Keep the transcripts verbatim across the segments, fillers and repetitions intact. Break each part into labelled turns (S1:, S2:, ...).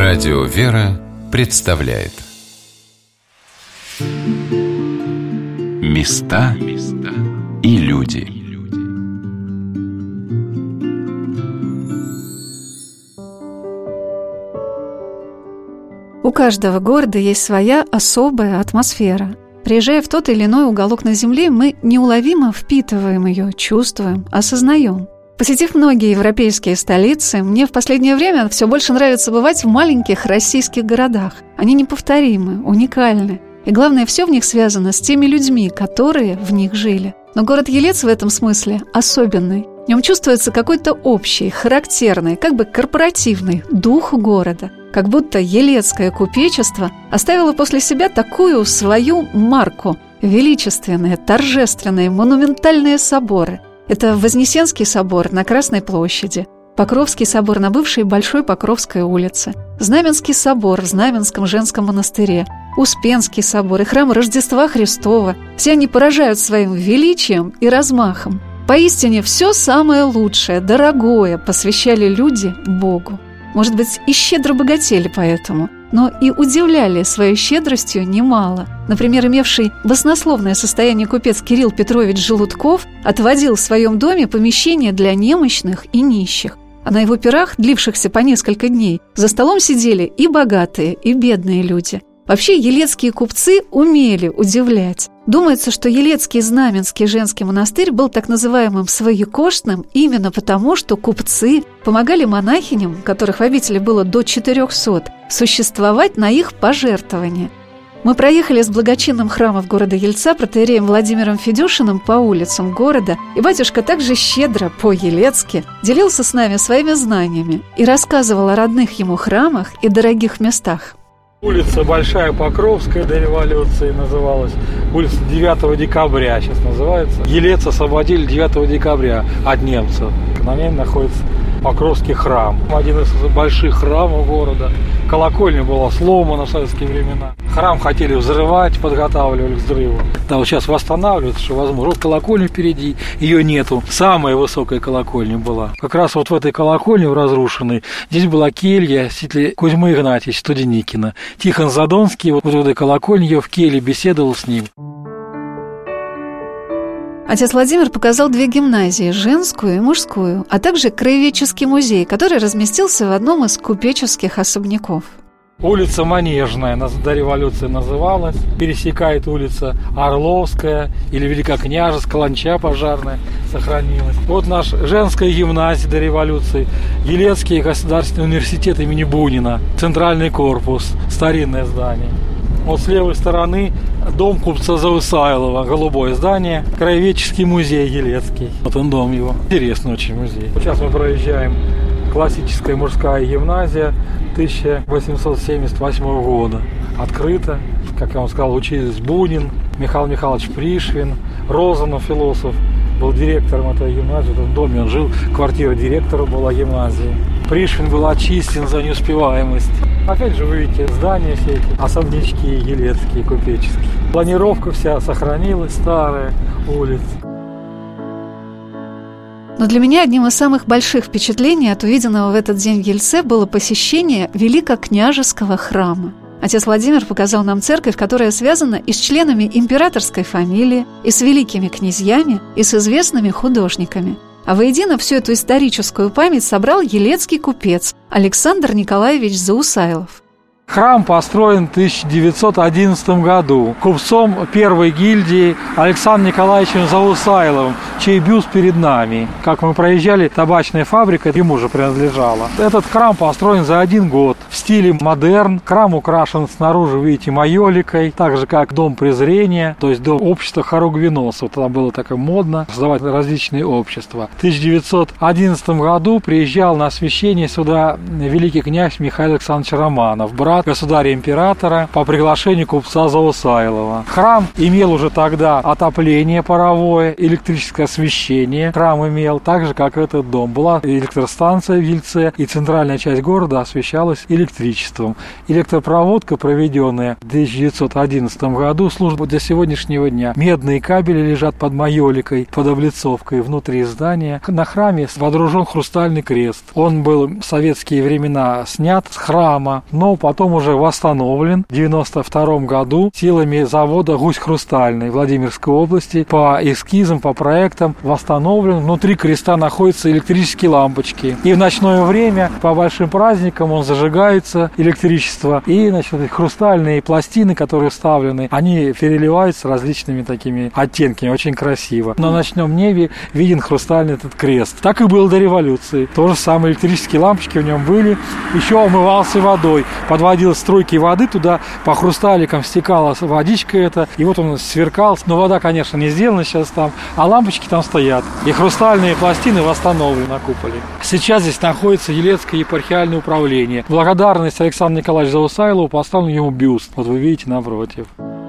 S1: Радио «Вера» представляет Места и люди.
S2: У каждого города есть своя особая атмосфера. Приезжая в тот или иной уголок на земле, мы неуловимо впитываем ее, чувствуем, осознаем. Посетив многие европейские столицы, мне в последнее время все больше нравится бывать в маленьких российских городах. Они неповторимы, уникальны. И главное, все в них связано с теми людьми, которые в них жили. Но город Елец в этом смысле особенный. В нем чувствуется какой-то общий, характерный, как бы корпоративный дух города. Как будто елецкое купечество оставило после себя такую свою марку. Величественные, торжественные, монументальные соборы. Это Вознесенский собор на Красной площади, Покровский собор на бывшей Большой Покровской улице, Знаменский собор в Знаменском женском монастыре, Успенский собор и храм Рождества Христова. Все они поражают своим величием и размахом. Поистине, все самое лучшее, дорогое посвящали люди Богу. Может быть, и щедро богатели поэтому, но и удивляли своей щедростью немало. Например, имевший баснословное состояние купец Кирилл Петрович Желудков отводил в своем доме помещение для немощных и нищих. А на его пирах, длившихся по несколько дней, за столом сидели и богатые, и бедные люди. Вообще, елецкие купцы умели удивлять. Думается, что Елецкий Знаменский женский монастырь был так называемым своекошным именно потому, что купцы помогали монахиням, которых в обители было до четырехсот, существовать на их пожертвования. Мы проехали с благочинным храмов города Ельца протоиереем Владимиром Федюшиным по улицам города, и батюшка также щедро, по-елецки, делился с нами своими знаниями и рассказывал о родных ему храмах и дорогих местах.
S3: Улица Большая Покровская до революции называлась. Улица девятого декабря сейчас называется. Елец освободили девятого декабря от немцев. На ней находится Покровский храм. Один из больших храмов города. Колокольня была сломана в советские времена. Храм хотели взрывать, подготавливали к взрыву. Да, вот сейчас восстанавливается, что возможно. Вот колокольня впереди, ее нету. Самая высокая колокольня была. Как раз вот в этой колокольне, в разрушенной, здесь была келья святителя Кузьмы Игнатьевича Студеникина. Тихон Задонский вот в этой колокольне, я в келье беседовал с ним.
S2: Отец Владимир показал две гимназии, женскую и мужскую, а также краеведческий музей, который разместился в одном из купеческих особняков.
S3: Улица Манежная до революции называлась. Пересекает улица Орловская или Великокняжеская, Каланча пожарная сохранилась. Вот наша женская гимназия до революции, Елецкий государственный университет имени Бунина, центральный корпус, старинное здание. Вот с левой стороны дом купца Заусайлова, голубое здание, краеведческий музей Елецкий. Вот он дом его. Интересный очень музей. Сейчас мы проезжаем классическая мужская гимназия тысяча восемьсот семьдесят восьмого года. Открыта, как я вам сказал, учились Бунин, Михаил Михайлович Пришвин, Розанов, философ, был директором этой гимназии. В этом доме он жил, квартира директора была гимназии. Пришвин был очистен за неуспеваемость. Опять же, вы видите, здания все эти, особнячки елецкие, купеческие. Планировка вся сохранилась, старая улица.
S2: Но для меня одним из самых больших впечатлений от увиденного в этот день в Ельце было посещение Великокняжеского храма. Отец Владимир показал нам церковь, которая связана и с членами императорской фамилии, и с великими князьями, и с известными художниками. А воедино всю эту историческую память собрал елецкий купец Александр Николаевич Заусайлов.
S3: Храм построен в тысяча девятьсот одиннадцатом году купцом первой гильдии Александром Николаевичем Заусайловым, чей бюст перед нами. Как мы проезжали, табачная фабрика ему же принадлежала. Этот храм построен за один год в стиле модерн. Храм украшен снаружи, видите, майоликой, так же как Дом презрения, то есть Дом общества хоругвеносцев. Тогда было такое модно создавать различные общества. В тысяча девятьсот одиннадцатом году приезжал на освящение сюда великий князь Михаил Александрович Романов, брат брат государя-императора по приглашению купца Заусайлова. Храм имел уже тогда отопление паровое, электрическое освещение. Храм имел, так же, как этот дом. Была электростанция в Ельце, и центральная часть города освещалась электричеством. Электропроводка, проведенная в тысяча девятьсот одиннадцатом году, служит до сегодняшнего дня. Медные кабели лежат под майоликой, под облицовкой внутри здания. На храме водружен хрустальный крест. Он был в советские времена снят с храма, но потом уже восстановлен в девяносто втором году силами завода «Гусь Хрустальный» Владимирской области. По эскизам, по проектам восстановлен. Внутри креста находятся электрические лампочки. И в ночное время по большим праздникам он зажигается, электричество. И, значит, хрустальные пластины, которые вставлены, они переливаются различными такими оттенками. Очень красиво. На ночном небе виден хрустальный этот крест. Так и было до революции. То же самое, электрические лампочки в нем были. Еще омывался водой. Подводилась струйки воды туда, по хрусталикам стекала водичка эта. И вот он сверкал. Но вода, конечно, не сделана сейчас там. А лампочки там стоят. И хрустальные пластины восстановлены на куполе. Сейчас здесь находится Елецкое епархиальное управление. В благодарность Александру Николаевичу Заусайлову поставлен ему бюст. Вот вы видите напротив.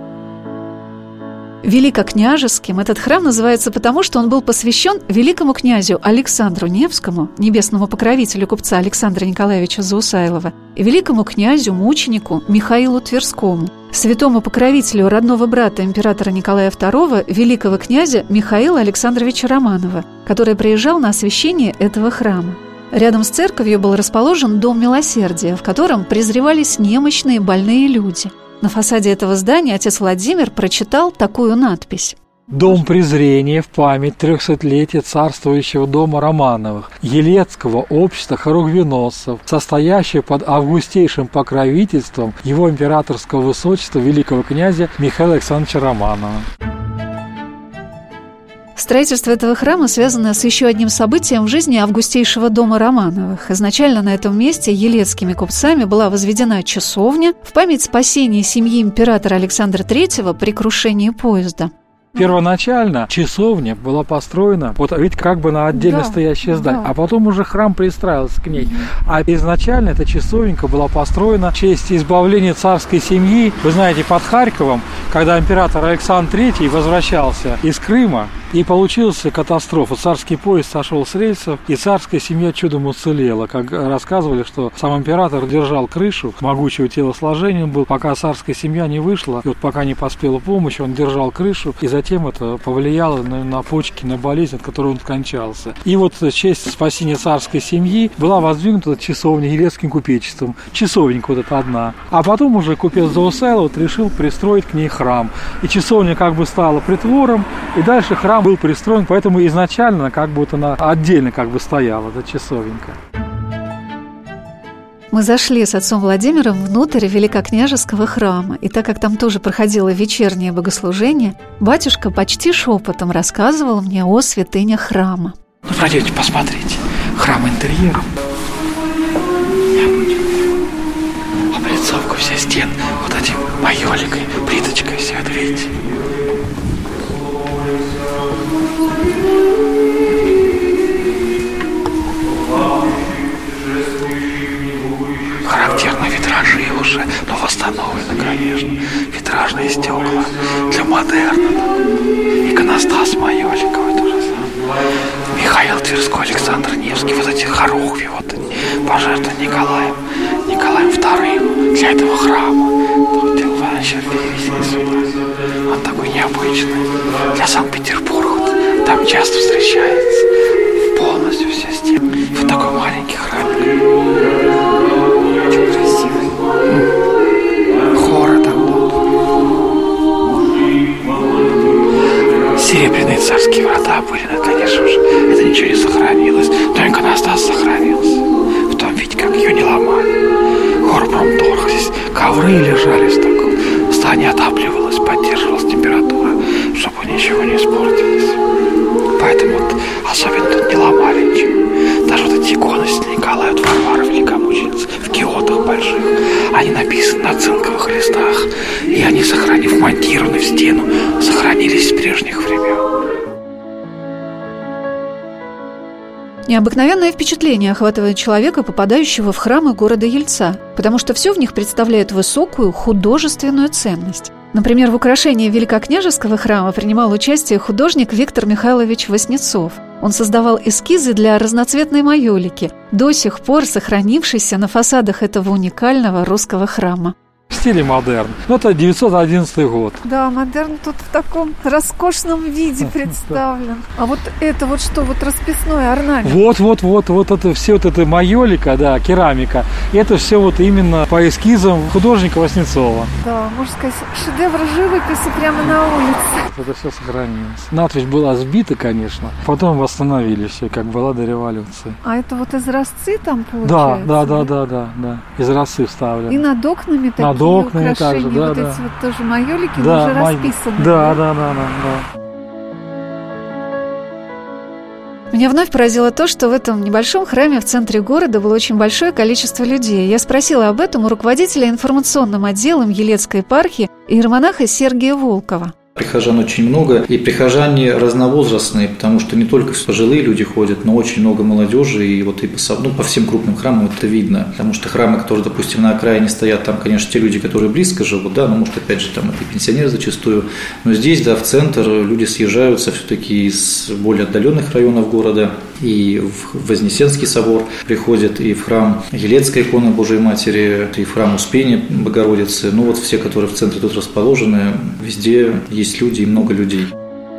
S2: Великокняжеским этот храм называется потому, что он был посвящен великому князю Александру Невскому, небесному покровителю купца Александра Николаевича Заусайлова, и великому князю-мученику Михаилу Тверскому, святому покровителю родного брата императора Николая второго, великого князя Михаила Александровича Романова, который приезжал на освящение этого храма. Рядом с церковью был расположен Дом Милосердия, в котором презревались немощные больные люди. На фасаде этого здания отец Владимир прочитал такую надпись:
S3: «Дом презрения в память трехсотлетия царствующего дома Романовых, Елецкого общества хоругвеносцев, состоящего под августейшим покровительством его императорского высочества великого князя Михаила Александровича Романова».
S2: Строительство этого храма связано с еще одним событием в жизни августейшего дома Романовых. Изначально на этом месте елецкими купцами была возведена часовня в память спасения семьи императора Александра третьего при крушении поезда.
S3: Первоначально часовня была построена, вот ведь как бы на отдельно да, стоящее здание, да. А потом уже храм пристраивался к ней. А изначально эта часовенька была построена в честь избавления царской семьи. Вы знаете, под Харьковом, когда император Александр третий возвращался из Крыма, и получилась катастрофа. Царский поезд сошел с рельсов, и царская семья чудом уцелела. Как рассказывали, что сам император держал крышу, могучего телосложения был, пока царская семья не вышла, и вот пока не поспела помощь, он держал крышу, и затем это повлияло на, на почки, на болезнь, от которой он скончался. И вот в честь спасения царской семьи была воздвигнута часовня Елецким купечеством. Часовенька вот эта одна. А потом уже купец Заусайлов решил пристроить к ней храм. И часовня как бы стала притвором, и дальше храм был пристроен, поэтому изначально как бы вот она отдельно как бы стояла, эта часовенька.
S2: Мы зашли с отцом Владимиром внутрь Великокняжеского храма, и так как там тоже проходило вечернее богослужение, батюшка почти шепотом рассказывал мне о святынях храма.
S3: Ну, пройдемте, посмотрите. Храм интерьером. Облицовка вся стен вот этим майоликой, плиточкой вся, это видите? Характерны витражи уже, но восстановлены, конечно. Витражные стекла для модерна. Иконостас майоликовый тоже самое. Михаил Тверской, Александр Невский, вот эти хоругви, вот они, пожертвованы Николаем, Николаем вторым для этого храма. Тут дело вообще перевезли сюда. Он такой необычный. Для Санкт-Петербурга там часто встречается. Полностью все стены. Вот такой маленький храмик. Очень красивый. Хоры там будут. Серебряные царские врата были, ну, конечно же. Это ничего не сохранилось. Но иконостас сохранился. В том виде, как ее не ломали. Горпромторг. Здесь ковры лежали в таком. Здание отапливалось, поддерживалась температура, чтобы ничего не испортилось. Поэтому вот особенно тут не ломали ничего. Даже вот эти иконы Святого Николая, вот Варвара Великомученица, в киотах больших, они написаны на цинковых листах, и они, сохранив, вмонтированы в стену, сохранились с прежних времен.
S2: Необыкновенное впечатление охватывает человека, попадающего в храмы города Ельца, потому что все в них представляет высокую художественную ценность. Например, в украшении Великокняжеского храма принимал участие художник Виктор Михайлович Васнецов. Он создавал эскизы для разноцветной майолики, до сих пор сохранившейся на фасадах этого уникального русского храма.
S3: В стиле модерн. Ну, это девятьсот одиннадцатый год.
S2: Да, модерн тут в таком роскошном виде представлен. А вот это вот что, вот расписной орнамент?
S3: Вот, вот, вот, вот это все вот это майолика, да, керамика. И это все вот именно по эскизам художника Васнецова.
S2: Да, можно сказать, шедевр живописи прямо на улице.
S3: Это все сохранилось. Надпись была сбита, конечно. Потом восстановили все, как была до революции.
S2: А это вот изразцы там получается?
S3: Да, да, да, да, да, да. Изразцы вставлены.
S2: И над окнами такие. Над окнами также, да, вот да. Эти вот тоже майолики,
S3: да,
S2: уже
S3: май...
S2: расписаны.
S3: Да, да, да, да, да.
S2: Меня вновь поразило то, что в этом небольшом храме в центре города было очень большое количество людей. Я спросила об этом у руководителя информационным отделом Елецкой епархии иеромонаха Сергия Волкова.
S4: Прихожан очень много, и прихожане разновозрастные, потому что не только пожилые люди ходят, но очень много молодежи, и вот и по, ну, по всем крупным храмам это видно. Потому что храмы, которые, допустим, на окраине стоят, там, конечно, те люди, которые близко живут, да, ну, может, опять же, там это пенсионеры зачастую, но здесь, да, в центр люди съезжаются все-таки из более отдаленных районов города, и в Вознесенский собор приходят, и в храм Елецкой иконы Божией Матери, и в храм Успения Богородицы, ну, вот все, которые в центре тут расположены, везде есть Есть люди и много людей.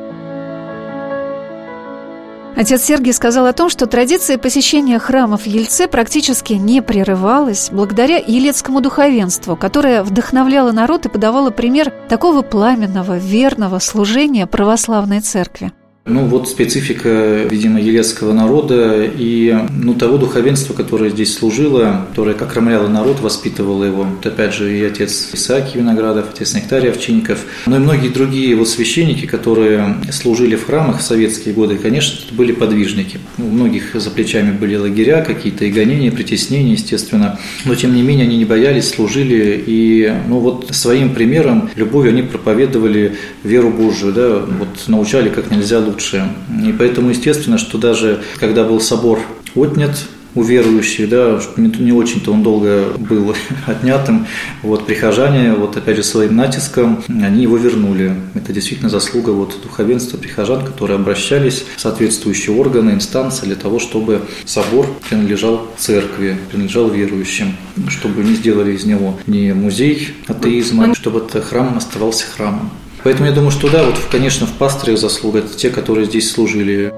S2: Отец Сергий сказал о том, что традиция посещения храмов в Ельце практически не прерывалась благодаря елецкому духовенству, которое вдохновляло народ и подавало пример такого пламенного, верного служения православной церкви.
S4: Ну вот специфика, видимо, елецкого народа и ну, того духовенства, которое здесь служило, которое окромляло народ, воспитывало его. Вот опять же и отец Исаакий Виноградов, отец Нектарий Овчинников, но и многие другие вот священники, которые служили в храмах в советские годы, конечно, это были подвижники. У многих за плечами были лагеря, какие-то и гонения, притеснения, естественно, но тем не менее они не боялись, служили и ну, вот своим примером, любовью они проповедовали веру Божию, да, вот научали как нельзя лучше. И поэтому, естественно, что даже когда был собор отнят у верующих, да, не очень-то он долго был отнятым, вот, прихожане, вот, опять же, своим натиском, они его вернули. Это действительно заслуга вот, духовенства прихожан, которые обращались в соответствующие органы, инстанции для того, чтобы собор принадлежал церкви, принадлежал верующим, чтобы не сделали из него не музей атеизма, чтобы этот храм оставался храмом. Поэтому я думаю, что да, вот, конечно, в пастырях заслуга, это те, которые здесь служили.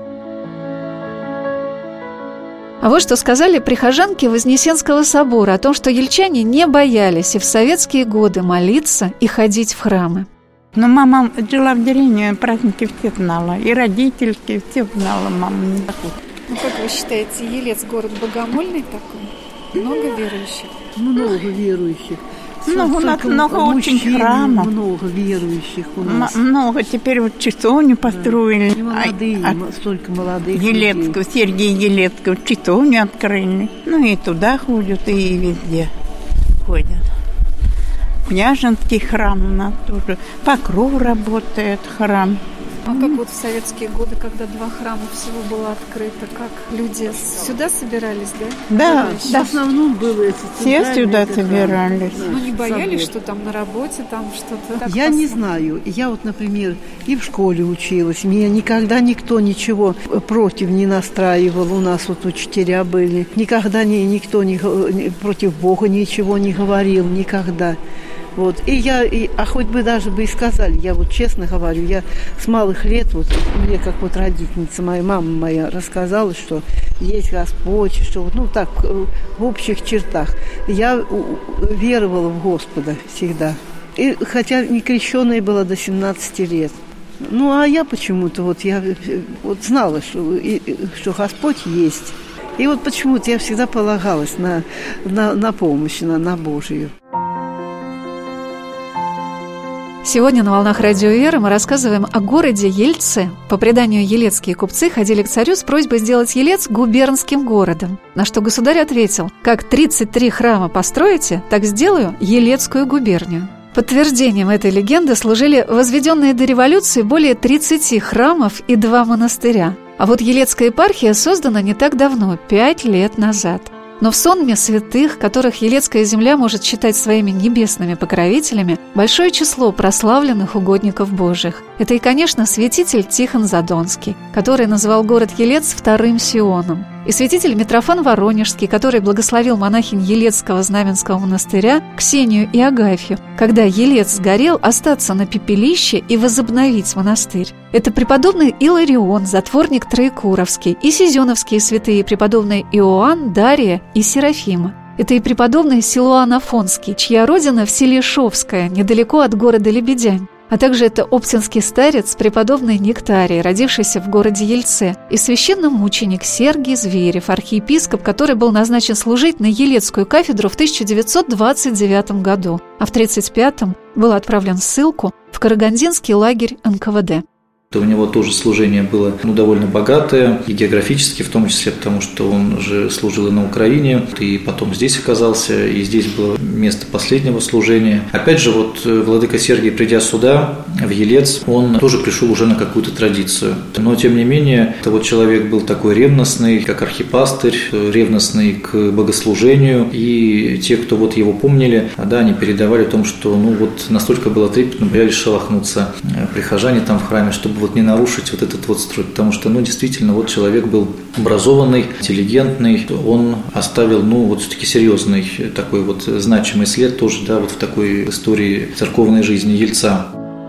S2: А вот что сказали прихожанки Вознесенского собора о том, что ельчане не боялись и в советские годы молиться и ходить в храмы.
S5: Но мама жила в деревне, праздники все знала, и родительки, все знала мама.
S2: Ну, как вы считаете, Елец город богомольный такой? Много верующих?
S6: Много верующих.
S5: Много, у нас много очень храмов.
S6: Много верующих у нас.
S5: М- много. Теперь вот часовню построили.
S6: Да. Молодые, а, столько молодых
S5: Елецкого, Сергея Елецкого часовню открыли. Ну и туда ходят, и везде ходят. Княженский храм у нас тоже. Покров работает храм.
S2: А как вот в советские годы, когда два храма всего было открыто, как люди сюда собирались, да?
S5: Да, да.
S6: В основном было это.
S5: Все сюда собирались.
S2: Ну не боялись, что там на работе там что-то?
S6: Я не знаю. Я вот, например, и в школе училась. Меня никогда никто ничего против не настраивал. У нас вот учителя были. Никогда не, никто не, против Бога ничего не говорил. Никогда. Вот. И я, и, а хоть бы даже бы и сказали, я вот честно говорю, я с малых лет, вот мне как вот родительница, моя мама моя рассказала, что есть Господь, что вот, ну так, в общих чертах. Я веровала в Господа всегда. И, хотя не крещеная была до семнадцати лет. Ну, а я почему-то, вот я вот знала, что, и, что Господь есть. И вот почему-то я всегда полагалась на, на, на помощь, на, на Божию.
S2: Сегодня на «Волнах Радио Вера» мы рассказываем о городе Ельце. По преданию, елецкие купцы ходили к царю с просьбой сделать Елец губернским городом. На что государь ответил: «Как тридцать три храма построите, так сделаю Елецкую губернию». Подтверждением этой легенды служили возведенные до революции более тридцати храмов и два монастыря. А вот Елецкая епархия создана не так давно, пять лет назад. Но в сонме святых, которых Елецкая земля может считать своими небесными покровителями, большое число прославленных угодников Божьих. Это и, конечно, святитель Тихон Задонский, который называл город Елец вторым Сионом, и святитель Митрофан Воронежский, который благословил монахинь Елецкого Знаменского монастыря Ксению и Агафью, когда Елец сгорел, остаться на пепелище и возобновить монастырь. Это преподобный Иларион, затворник Троекуровский, и сизеновские святые преподобные Иоанн, Дария и Серафима. Это и преподобный Силуан Афонский, чья родина в селе Шовское, недалеко от города Лебедянь. А также это оптинский старец, преподобный Нектарий, родившийся в городе Ельце, и священномученик Сергий Зверев, архиепископ, который был назначен служить на Елецкую кафедру в тысяча девятьсот двадцать девятом году, а в тридцать пятом был отправлен в ссылку в Карагандинский лагерь эн ка вэ дэ.
S4: У него тоже служение было ну, довольно богатое, и географически в том числе, потому что он же служил и на Украине, и потом здесь оказался, и здесь было место последнего служения. Опять же, вот владыка Сергий, придя сюда, в Елец, он тоже пришел уже на какую-то традицию. Но, тем не менее, это вот человек был такой ревностный, как архипастырь, ревностный к богослужению, и те, кто вот его помнили, да, они передавали о том, что ну вот настолько было трепетно, боялись шелохнуться прихожане там в храме, чтобы вот не нарушить вот этот вот строй, потому что, ну, действительно, вот человек был образованный, интеллигентный, он оставил, ну, вот все-таки серьезный такой вот значимый след тоже, да, вот в такой истории церковной жизни Ельца.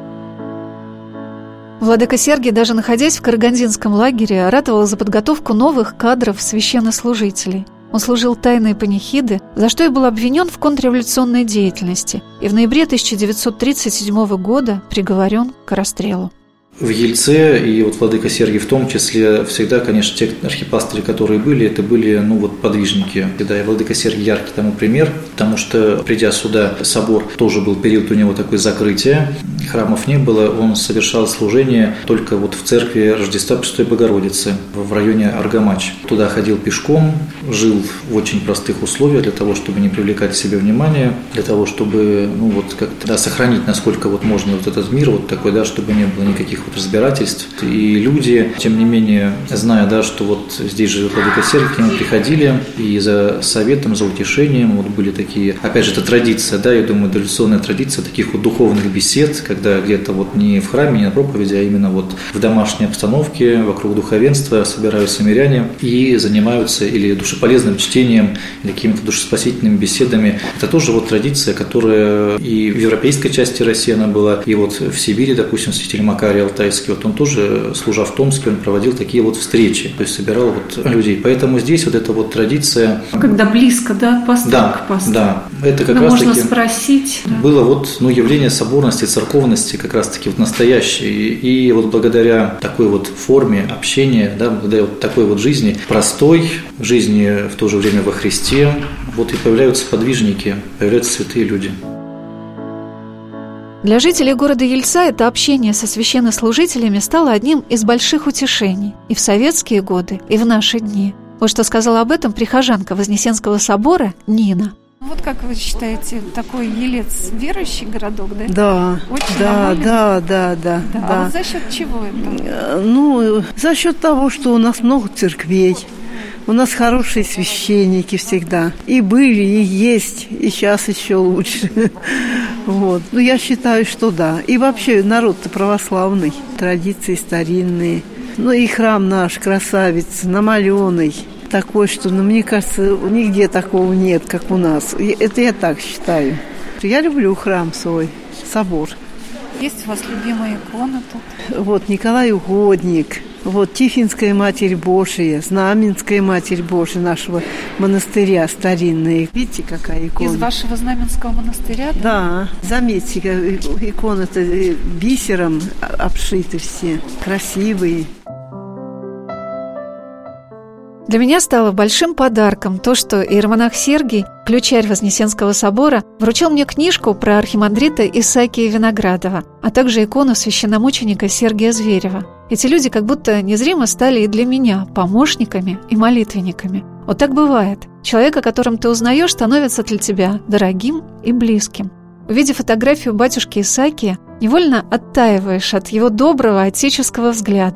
S2: Владыка Сергий, даже находясь в Карагандинском лагере, ратовал за подготовку новых кадров священнослужителей. Он служил тайные панихиды, за что и был обвинен в контрреволюционной деятельности, и в ноябре тысяча девятьсот тридцать седьмого года приговорен к расстрелу.
S4: В Ельце, и вот владыка Сергий в том числе, всегда, конечно, те архипастыри, которые были, это были, ну, вот подвижники. Да, и владыка Сергий яркий тому пример, потому что, придя сюда, собор, тоже был период у него такое закрытие, храмов не было, он совершал служение только вот в церкви Рождества Пресвятой Богородицы в районе Аргамач. Туда ходил пешком, жил в очень простых условиях для того, чтобы не привлекать к себе внимание, для того, чтобы, ну, вот как-то, да, сохранить, насколько вот можно вот этот мир вот такой, да, чтобы не было никаких разбирательств. И люди, тем не менее, зная, да, что вот здесь живет владыка Сергий, к нему приходили и за советом, за утешением, вот были такие, опять же, это традиция, да, я думаю, дореволюционная традиция таких вот духовных бесед, когда где-то вот не в храме, не на проповеди, а именно вот в домашней обстановке, вокруг духовенства собираются миряне и занимаются или душеполезным чтением, или какими-то душеспасительными беседами. Это тоже вот традиция, которая и в европейской части России она была, и вот в Сибири, допустим, святитель Макарий Алтайский, вот он тоже, служа в Томске, он проводил такие вот встречи, то есть собирал вот людей. Поэтому здесь вот эта вот традиция...
S7: Когда близко, да, постриг
S4: да,
S7: к постриг.
S4: Да, это как
S7: ну,
S4: раз
S7: можно
S4: таки...
S7: спросить.
S4: Было вот, ну, явление соборности, церковности как раз таки вот настоящее. И, и вот благодаря такой вот форме общения, да, благодаря вот такой вот жизни, простой жизни, в то же время во Христе, вот и появляются подвижники, появляются святые люди.
S2: Для жителей города Ельца это общение со священнослужителями стало одним из больших утешений и в советские годы, и в наши дни. Вот что сказала об этом прихожанка Вознесенского собора Нина.
S8: Вот как вы считаете, такой Елец верующий городок, да?
S6: Да,
S8: очень
S6: да, да, да, да,
S8: да.
S6: да.
S8: А вот за счет чего это?
S6: Ну, за счет того, что у нас много церквей. У нас хорошие священники всегда. И были, и есть, и сейчас еще лучше. Вот. Ну, я считаю, что да. И вообще народ-то православный. Традиции старинные. Ну, и храм наш красавец, намаленный. Такой, что, ну, мне кажется, нигде такого нет, как у нас. Это я так считаю. Я люблю храм свой, собор.
S8: Есть у вас любимая икона тут?
S6: Вот, Николай Угодник. Вот Тихвинская Матерь Божия, Знаменская Матерь Божия нашего монастыря старинная. Видите, какая икона?
S8: Из вашего Знаменского монастыря? Да,
S6: да. Заметьте, иконы-то бисером обшиты все, красивые.
S2: Для меня стало большим подарком то, что иеромонах Сергий, ключарь Вознесенского собора, вручил мне книжку про архимандрита Исаакия Виноградова, а также икону священномученика Сергия Зверева. Эти люди как будто незримо стали и для меня помощниками и молитвенниками. Вот так бывает. Человек, о котором ты узнаешь, становится для тебя дорогим и близким. Увидев фотографию батюшки Исаакия, невольно оттаиваешь от его доброго отеческого взгляда.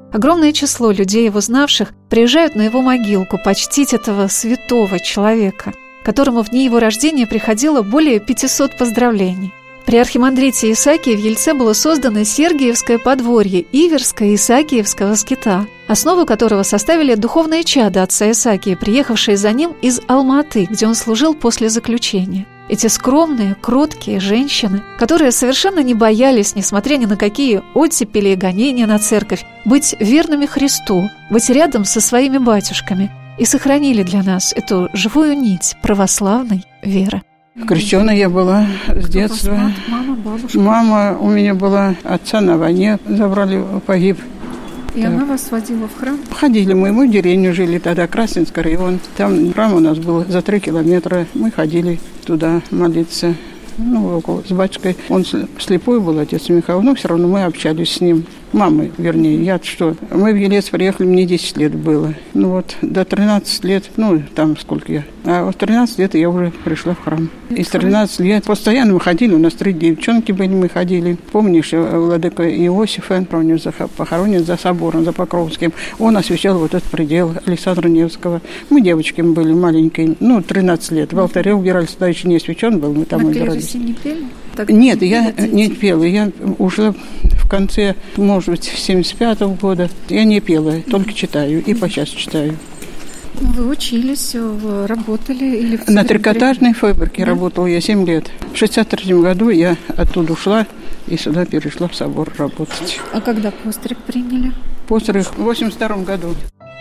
S2: Огромное число людей, его знавших, приезжают на его могилку почтить этого святого человека, которому в дни его рождения приходило более пятисот поздравлений. При архимандрите Исаакии в Ельце было создано Сергиевское подворье Иверского Исаакиевского скита, основу которого составили духовные чада отца Исаакии, приехавшие за ним из Алматы, где он служил после заключения. Эти скромные, кроткие женщины, которые совершенно не боялись, несмотря ни на какие оттепели и гонения на церковь, быть верными Христу, быть рядом со своими батюшками, и сохранили для нас эту живую нить православной веры.
S5: Крещеная я была с детства.
S8: Мама, бабушка.
S5: Мама у меня была, отца на войне забрали, погиб.
S8: И она вас водила в храм?
S5: Ходили мы, мы в деревню жили тогда, Красненский район. Там храм у нас был за три километра. Мы ходили туда молиться. Ну, около, с батюшкой. Он слепой был, отец Михаил, но все равно мы общались с ним. Мамы, вернее, я что. Мы в Елец приехали, мне десять лет было. Ну вот, до тринадцати лет, ну, там сколько я. А в тринадцать лет я уже пришла в храм. И с тринадцати лет постоянно мы ходили, у нас три девчонки были, мы ходили. Помнишь, владыка Иосифа, похоронен за собором, за Покровским. Он освещал вот этот предел Александра Невского. Мы девочками были маленькие, ну, тринадцать лет. В алтаре убирались, тогда еще не освещен был, мы там убирались.
S8: Не пели? Так
S5: Нет, я не пела. Я ушла в конце, может быть, семьдесят пятого года. Я не пела, только читаю и по сейчас читаю.
S8: Вы учились, вы работали? Или в
S5: На трикотажной фабрике да? работала я семь лет. В шестьдесят третьем году я оттуда ушла и сюда перешла в собор работать.
S8: А когда постриг приняли?
S5: Постриг в восемьдесят втором году.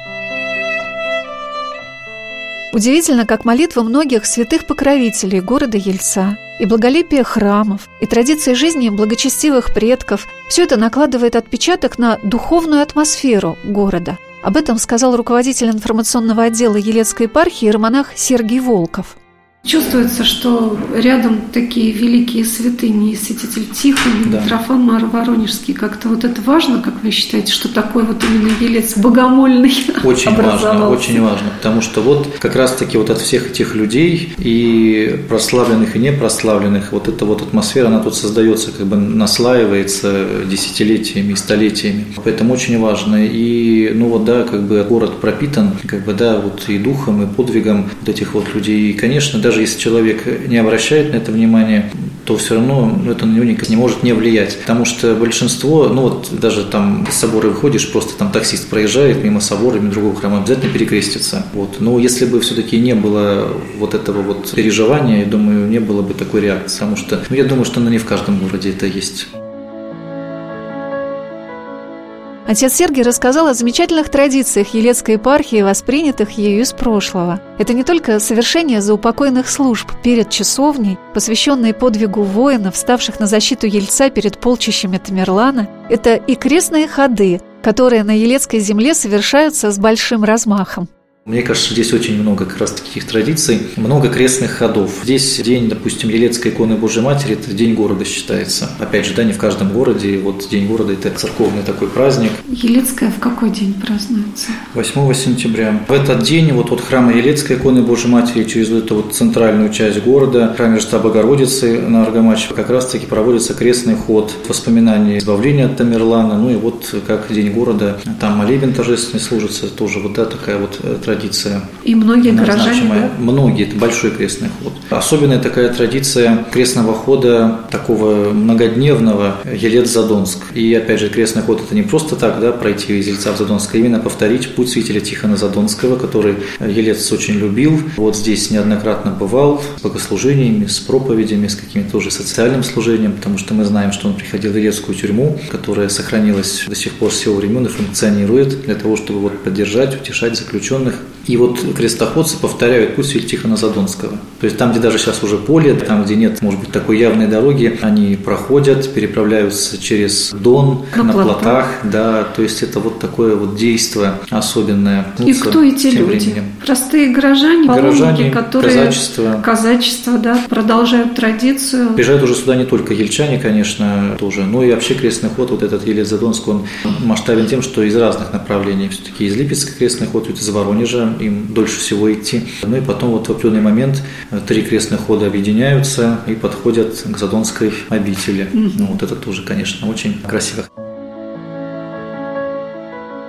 S2: Удивительно, как молитва многих святых покровителей города Ельца, и благолепие храмов, и традиции жизни благочестивых предков – все это накладывает отпечаток на духовную атмосферу города. Об этом сказал руководитель информационного отдела Елецкой епархии иеромонах Сергий Волков.
S7: Чувствуется, что рядом такие великие святыни, святитель Тихон,
S4: да.
S7: Митрофан Воронежский. Как-то вот это важно, как вы считаете, что такой вот именно Елец богомольный
S4: Очень важно, очень важно, потому что вот как раз-таки вот от всех этих людей, и прославленных, и непрославленных, вот эта вот атмосфера, она тут создается, как бы наслаивается десятилетиями, столетиями. Поэтому очень важно. И, ну вот, да, как бы город пропитан, как бы, да, вот и духом, и подвигом вот этих вот людей. И, конечно, даже если человек не обращает на это внимание, то все равно ну, это на него не может не влиять. Потому что большинство, ну вот даже там из собора выходишь, просто там таксист проезжает мимо собора, мимо другого храма, обязательно перекрестится. Вот. Но если бы все-таки не было вот этого вот переживания, я думаю, не было бы такой реакции. Потому что, ну я думаю, что ну, не в каждом городе это есть.
S2: Отец Сергий рассказал о замечательных традициях Елецкой епархии, воспринятых ею из прошлого. Это не только совершение заупокойных служб перед часовней, посвященные подвигу воинов, ставших на защиту Ельца перед полчищами Тамерлана, это и крестные ходы, которые на Елецкой земле совершаются с большим размахом.
S4: Мне кажется, здесь очень много как раз таких традиций, много крестных ходов. Здесь день, допустим, Елецкой иконы Божьей Матери, это день города считается. Опять же, да, не в каждом городе, вот день города – это церковный такой праздник.
S7: Елецкая в какой день празднуется?
S4: восьмого сентября. В этот день вот от храма Елецкой иконы Божьей Матери через эту вот центральную часть города, в храме Рождества Богородицы на Аргамаче, как раз-таки проводится крестный ход, воспоминания избавления от Тамерлана, ну и вот как день города, там молебен торжественный служится, тоже вот да, такая вот традиция. Традиция.
S7: И многие горожане, да?
S4: Многие, это большой крестный ход. Особенная такая традиция крестного хода, такого многодневного, Елец-Задонск. И опять же, крестный ход – это не просто так, да, пройти из Ельца в Задонск, а именно повторить путь святителя Тихона Задонского, который Елец очень любил. Вот здесь неоднократно бывал с богослужениями, с проповедями, с каким-то тоже социальным служением, потому что мы знаем, что он приходил в Елецкую тюрьму, которая сохранилась до сих пор с его времен и функционирует для того, чтобы вот поддержать, утешать заключенных. И вот крестоходцы повторяют путь святителя Тихона Задонского. То есть там, где даже сейчас уже поле, там, где нет, может быть, такой явной дороги, они проходят, переправляются через Дон на, на плотах. плотах, да, то есть это вот такое вот действие особенное.
S7: И кто эти люди? Временем. Простые горожане, паломники, которые
S4: казачество.
S7: казачество, да, продолжают традицию.
S4: Приезжают уже сюда не только ельчане, конечно, тоже, но и вообще крестный ход, вот этот Елец-Задонск, он масштабен тем, что из разных направлений, все-таки из Липецка крестный ход, из Воронежа, им дольше всего идти. Ну и потом вот в определенный момент три крестных хода объединяются и подходят к Задонской обители. Mm-hmm. Ну вот это тоже, конечно, очень красиво.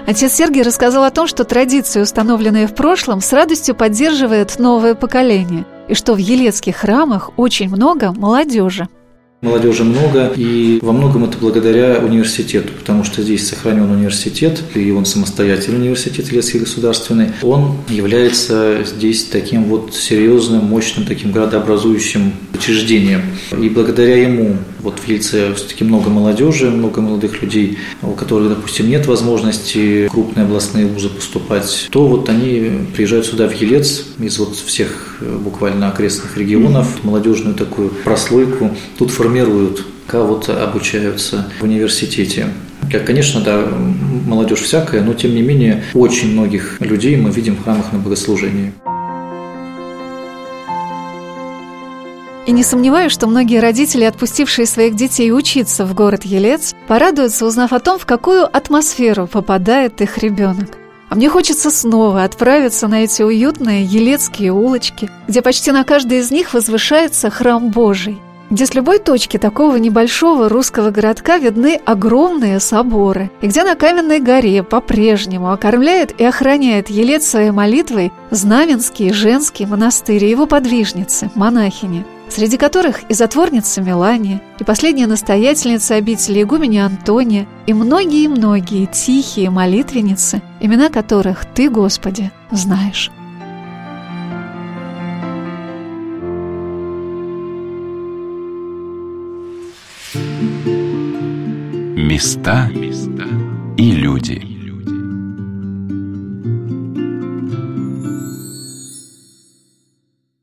S2: Отец Сергий рассказал о том, что традиции, установленные в прошлом, с радостью поддерживает новое поколение, и что в елецких храмах очень много молодежи.
S4: Молодежи много, и во многом это благодаря университету, потому что здесь сохранен университет, и он самостоятельный университет Елецкий государственный. Он является здесь таким вот серьезным, мощным, таким градообразующим учреждением. И благодаря ему вот в Ельце все-таки много молодежи, много молодых людей, у которых, допустим, нет возможности в крупные областные вузы поступать, то вот они приезжают сюда, в Елец, из вот всех буквально окрестных регионов, молодежную такую прослойку тут формируют. формируют, кого-то обучаются в университете. Конечно, да, молодежь всякая, но тем не менее очень многих людей мы видим в храмах на богослужении.
S2: И не сомневаюсь, что многие родители, отпустившие своих детей учиться в город Елец, порадуются, узнав о том, в какую атмосферу попадает их ребенок. А мне хочется снова отправиться на эти уютные елецкие улочки, где почти на каждой из них возвышается храм Божий, где с любой точки такого небольшого русского городка видны огромные соборы, и где на Каменной горе по-прежнему окормляет и охраняет Елец своей молитвой Знаменский женский монастырь и его подвижницы, монахини, среди которых и затворница Мелания, и последняя настоятельница обители игуменя Антония, и многие-многие тихие молитвенницы, имена которых Ты, Господи, знаешь.
S1: Места и люди.